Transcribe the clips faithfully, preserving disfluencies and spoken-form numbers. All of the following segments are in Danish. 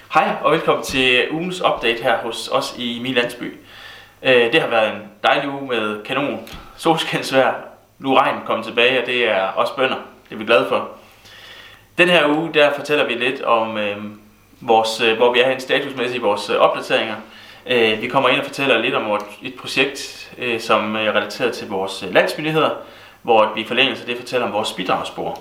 Hej og velkommen til ugens update her hos os i min landsby. Det har været en dejlig uge med kanon, solskinsvejr. Nu er regnen kommet tilbage, og det er også bønder. Det er vi glade for. Den her uge der fortæller vi lidt om øh, vores, øh, hvor vi er hen statusmæssigt i vores øh, opdateringer. Øh, vi kommer ind og fortæller lidt om et projekt, øh, som er relateret til vores øh, landsbynyheder, hvor vi i forlængelse af det fortæller om vores bidragsspor.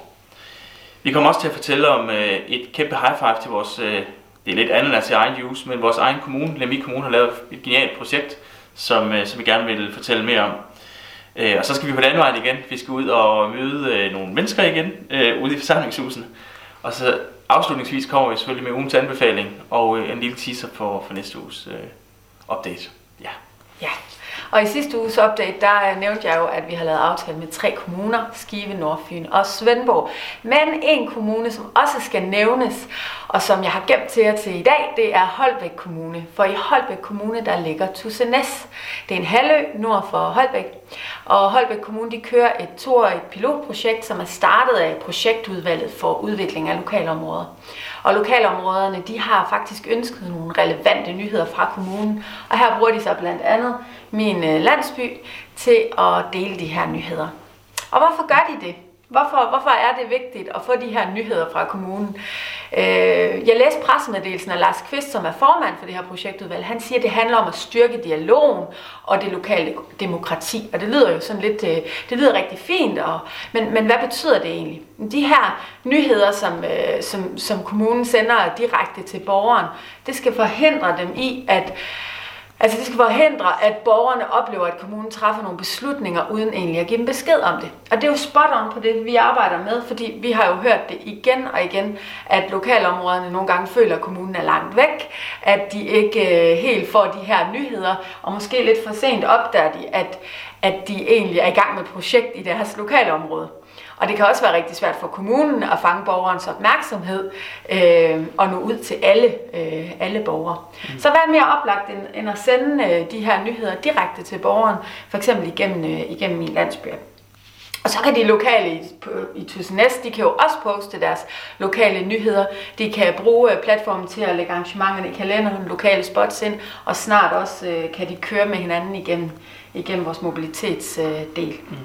Vi kommer også til at fortælle om øh, et kæmpe high five til vores, øh, det er lidt andet end til egen use, men vores egen kommune, Lemvig Kommune, har lavet et genialt projekt, som, øh, som vi gerne vil fortælle mere om. Øh, og så skal vi på den anden vej igen. Vi skal ud og møde øh, nogle mennesker igen øh, ude i forsamlingshusene. Og så afslutningsvis kommer vi selvfølgelig med ugens anbefaling og øh, en lille teaser for, for næste uges øh, update. Ja. Ja. Og i sidste uges update, der nævnte jeg jo, at vi har lavet aftale med tre kommuner, Skive, Nordfyn og Svendborg. Men en kommune, som også skal nævnes, og som jeg har gemt til jer til i dag, det er Holbæk Kommune. For i Holbæk Kommune, der ligger Tussenæs. Det er en halvø nord for Holbæk. Og Holbæk Kommune, de kører et toårigt pilotprojekt, som er startet af projektudvalget for udvikling af lokalområder. Og lokalområderne, de har faktisk ønsket nogle relevante nyheder fra kommunen. Og her bruger de så blandt andet min landsby til at dele de her nyheder. Og hvorfor gør de det? Hvorfor, hvorfor er det vigtigt at få de her nyheder fra kommunen? Øh, jeg læste pressemeddelelsen af Lars Kvist, som er formand for det her projektudvalg. Han siger, at det handler om at styrke dialogen og det lokale demokrati. Og det lyder jo sådan lidt, det lyder rigtig fint. Og, men, men hvad betyder det egentlig? De her nyheder, som, som, som kommunen sender direkte til borgeren, det skal forhindre dem i, at Altså det skal forhindre, at borgerne oplever, at kommunen træffer nogle beslutninger, uden egentlig at give dem besked om det. Og det er jo spot on på det, vi arbejder med, fordi vi har jo hørt det igen og igen, at lokalområderne nogle gange føler, at kommunen er langt væk, at de ikke helt får de her nyheder, og måske lidt for sent opdager de, at, at de egentlig er i gang med et projekt i deres lokalområde. Og det kan også være rigtig svært for kommunen at fange borgerens opmærksomhed øh, og nå ud til alle, øh, alle borgere. Mm. Så hvad er mere oplagt end, end at sende øh, de her nyheder direkte til borgeren, for eksempel igennem, øh, igennem min landsby. Og så kan de lokale i, i Tussenæs, de kan jo også poste deres lokale nyheder. De kan bruge øh, platformen til at lægge arrangementerne i kalenderen, lokale spots ind, og snart også øh, kan de køre med hinanden igennem, igennem vores mobilitetsdel. Øh, mm.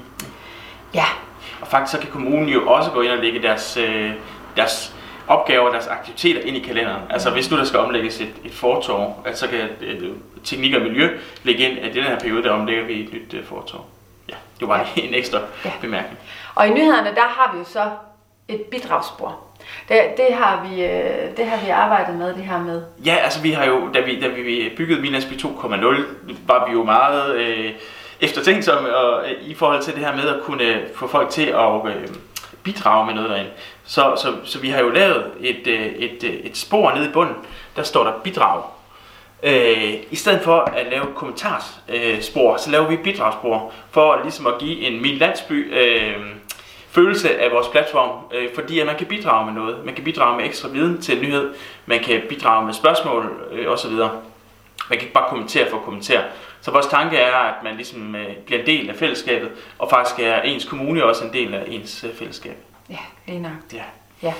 Ja. Og faktisk så kan kommunen jo også gå ind og lægge deres, øh, deres opgaver, deres aktiviteter ind i kalenderen. Altså hvis nu der skal omlægges et, et fortorv, at så kan øh, teknik og miljø lægge ind, at i den her periode, der omlægger vi et nyt øh, fortorv. Ja, det var ja. en ekstra ja. bemærkning. Og i nyhederne, der har vi jo så et bidragsspor. Det, det, har vi, øh, det har vi arbejdet med, det her med. Ja, altså vi har jo, da vi, da vi byggede Min Landsby to punkt nul, var vi jo meget Øh, eftertænksomme og i forhold til det her med at kunne få folk til at øh, bidrage med noget derinde. Så, så, så vi har jo lavet et, et, et spor nede i bunden, der står der bidrag. Øh, I stedet for at lave kommentarspor, så laver vi bidragsspor for ligesom at give en Min Landsby øh, følelse af vores platform, øh, fordi at man kan bidrage med noget. Man kan bidrage med ekstra viden til en nyhed, man kan bidrage med spørgsmål øh, osv. Man kan ikke bare kommentere for at kommentere. Så vores tanke er, at man ligesom øh, bliver en del af fællesskabet, og faktisk er ens kommune også en del af ens øh, fællesskab. Ja, lige nok. Ja. Ja.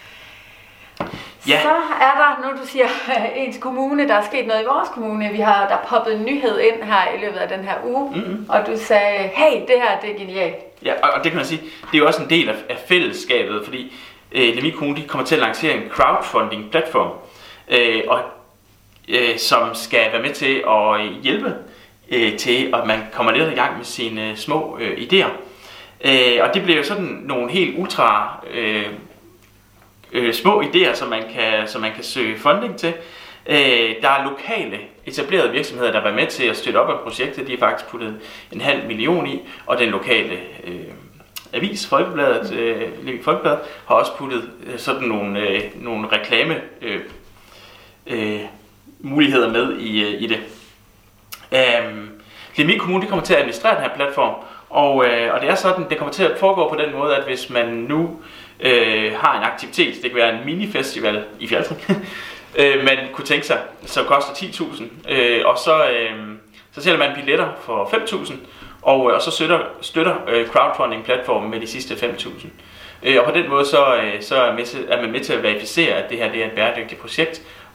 Ja. Så er der, nu du siger ens kommune, der er sket noget i vores kommune. Vi har der poppet en nyhed ind her i løbet af den her uge, mm-hmm. og du sagde, hey, det her det er genialt. Ja, og, og det kan man sige, det er jo også en del af, af fællesskabet, fordi øh, Lemvig Kommune de kommer til at lancere en crowdfunding-platform, øh, og Øh, som skal være med til at hjælpe øh, til, at man kommer lidt i gang med sine øh, små øh, idéer. Øh, og det bliver jo sådan nogle helt ultra øh, øh, små idéer, som man kan, som man kan søge funding til. Øh, der er lokale etablerede virksomheder, der er med til at støtte op af projektet. De har faktisk puttet en halv million i, og den lokale øh, avis, Folkebladet, øh, Lemvig Folkeblad, har også puttet øh, sådan nogle, øh, nogle reklame øh, øh, muligheder med i, i det. Øhm, Lemvig Kommune de kommer til at administrere den her platform, og, øh, og det er sådan, det kommer til at foregå på den måde, at hvis man nu øh, har en aktivitet, det kan være en minifestival i Fjaltring, øh, man kunne tænke sig, som koster ti tusind, øh, og så, øh, så sælger man billetter for fem tusind, og, og så støtter, støtter øh, crowdfunding-platformen med de sidste fem tusind. Øh, og på den måde så, øh, så er, med til, er man med til at verificere, at det her det er et bæredygtigt projekt,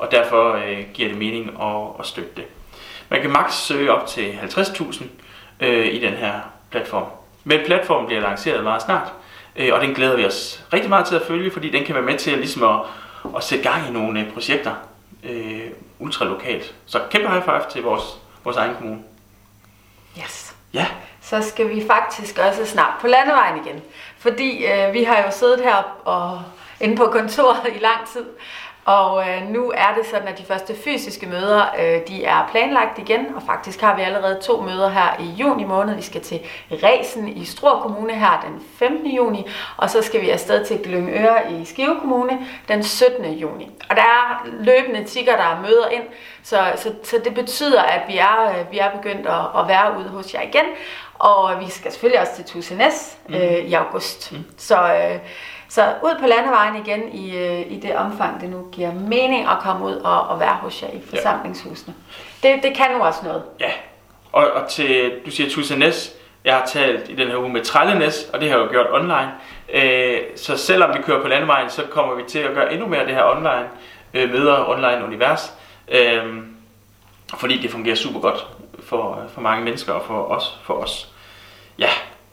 og derfor øh, giver det mening at, at støtte det. Man kan maks søge op til halvtreds tusind øh, i den her platform. Men platformen bliver lanceret meget snart, øh, og den glæder vi os rigtig meget til at følge, fordi den kan være med til at, ligesom at, at sætte gang i nogle øh, projekter øh, ultralokalt. Så kæmpe high five til vores, vores egen kommune. Yes. Ja. Så skal vi faktisk også snart på landevejen igen. Fordi øh, vi har jo siddet her og inde på kontoret i lang tid. Og øh, nu er det sådan, at de første fysiske møder, øh, de er planlagt igen. Og faktisk har vi allerede to møder her i juni måned. Vi skal til Resen i Struer Kommune her den femtende juni. Og så skal vi afsted til Glyngøre i Skive Kommune den syttende juni. Og der er løbende tikker, der er møder ind. Så, så, så det betyder, at vi er, vi er begyndt at, at være ude hos jer igen. Og vi skal selvfølgelig også til Tusinæs øh, i august. Mm. Så... Øh, Så ud på landevejen igen i, i det omfang, det nu giver mening at komme ud og, og være hos jer i forsamlingshusene. Ja. Det, det kan nu også noget. Ja, og, og til, du siger Tusinæs, jeg har talt i den her uge med Trællenæs, og det har jeg jo gjort online. Øh, så selvom vi kører på landevejen, så kommer vi til at gøre endnu mere af det her online, øh, møder online univers. Øh, fordi det fungerer super godt for, for mange mennesker og for os. For os. Ja.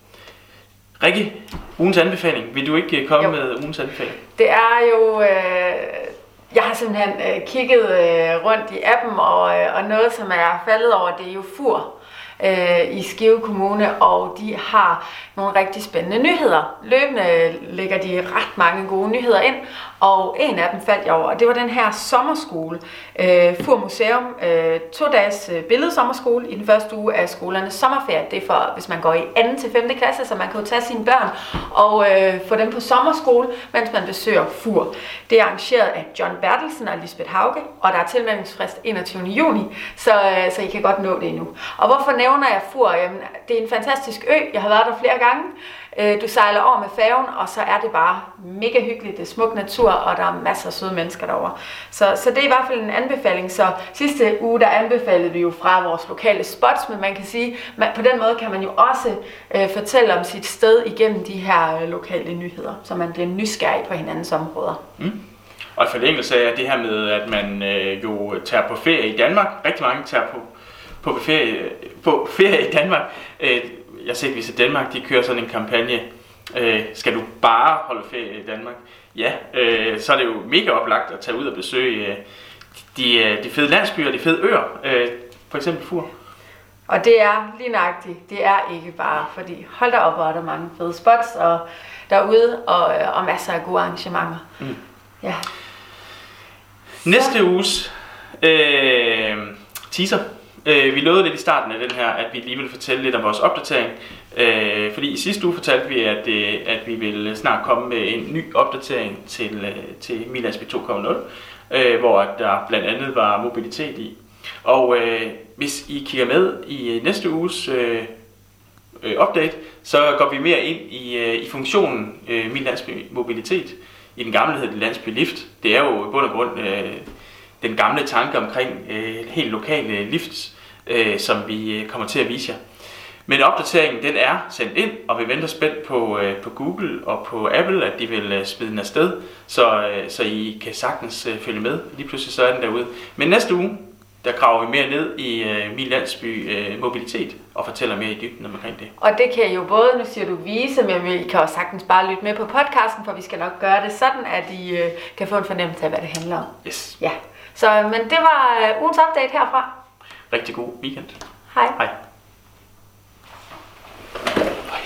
Rikke, ugens anbefaling. Vil du ikke komme jo. med ugens anbefaling? Det er jo... Øh, jeg har simpelthen øh, kigget øh, rundt i appen, og, øh, og noget, som er faldet over, det er jo Fur øh, i Skive Kommune, og de har nogle rigtig spændende nyheder. Løbende lægger de ret mange gode nyheder ind, og en af dem faldt jeg over, og det var den her sommerskole. Øh, Fur Museum, øh, to dages øh, billedsommerskole i den første uge af skolernes sommerferie. Det er for, hvis man går i anden til femte klasse, så man kan jo tage sine børn og øh, få dem på sommerskole, mens man besøger Fur. Det er arrangeret af John Bertelsen og Lisbeth Hauge, og der er tilmeldingsfrist enogtyvende juni, så, øh, så I kan godt nå det endnu. Og hvorfor nævner jeg Fur? Jamen, det er en fantastisk ø. Jeg har været der flere gange. Du sejler over med færgen, og så er det bare mega hyggeligt. Det er smuk natur, og der er masser af søde mennesker derovre. Så, så det er i hvert fald en anbefaling. Så sidste uge, der anbefalede vi jo fra vores lokale spots, men man kan sige, man, på den måde kan man jo også øh, fortælle om sit sted igennem de her øh, lokale nyheder, så man bliver nysgerrig på hinandens områder. Mm. Og i forlængelse af det her med, at man øh, jo tager på ferie i Danmark. Rigtig mange tager på, på, ferie, på ferie i Danmark. Øh, Jeg har set, hvis Danmark de kører sådan en kampagne, øh, skal du bare holde ferie i Danmark? Ja, øh, så er det jo mega oplagt at tage ud og besøge øh, de, de fede landsbyer, de fede øer, øh, for eksempel Fur. Og det er lige nøjagtigt, det er ikke bare, fordi hold da op, hvor er der mange fede spots og derude, og, og masser af gode arrangementer. Mm. Ja. Næste uges øh, teaser. Vi lovede lidt i starten af den her, at vi lige ville fortælle lidt om vores opdatering. Fordi i sidste uge fortalte vi, at, at vi ville snart komme med en ny opdatering til, til Min Landsby to punkt nul, hvor der blandt andet var mobilitet i. Og hvis I kigger med i næste uges update, så går vi mere ind i, i funktionen Min Landsby Mobilitet. I den gamle hed det Landsby Lift. Det er jo i bund og grund den gamle tanke omkring helt lokale lifts, øh, som vi kommer til at vise jer. Men opdateringen den er sendt ind, og vi venter spændt på, øh, på Google og på Apple, at de vil øh, smide den afsted, så, øh, så I kan sagtens øh, følge med. Lige pludselig så er den derude. Men næste uge, der graver vi mere ned i øh, Min Landsby øh, Mobilitet og fortæller mere i dybden omkring det. Og det kan I jo både, nu siger du vise, men I kan også sagtens bare lytte med på podcasten, for vi skal nok gøre det sådan, at I øh, kan få en fornemmelse af, hvad det handler om. Yes. Ja. Så, men det var ugens update herfra. Rigtig god weekend. Hej. Hej.